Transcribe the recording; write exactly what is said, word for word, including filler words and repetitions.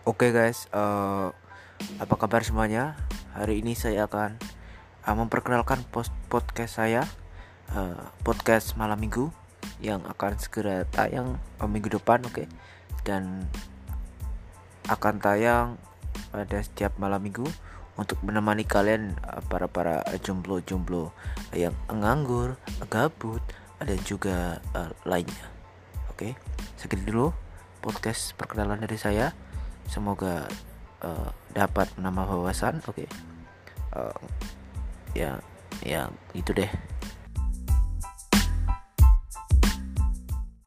Oke guys, uh, apa kabar semuanya? Hari ini saya akan uh, memperkenalkan post podcast saya, uh, podcast malam minggu yang akan segera tayang uh, minggu depan, oke? Okay? Dan akan tayang pada setiap malam minggu untuk menemani kalian uh, para para jomblo-jomblo yang nganggur, gabut, dan juga uh, lainnya. Oke, okay? Segitu dulu podcast perkenalan dari saya. Semoga uh, dapat menambah wawasan. Oke, okay. uh, ya, ya itu deh.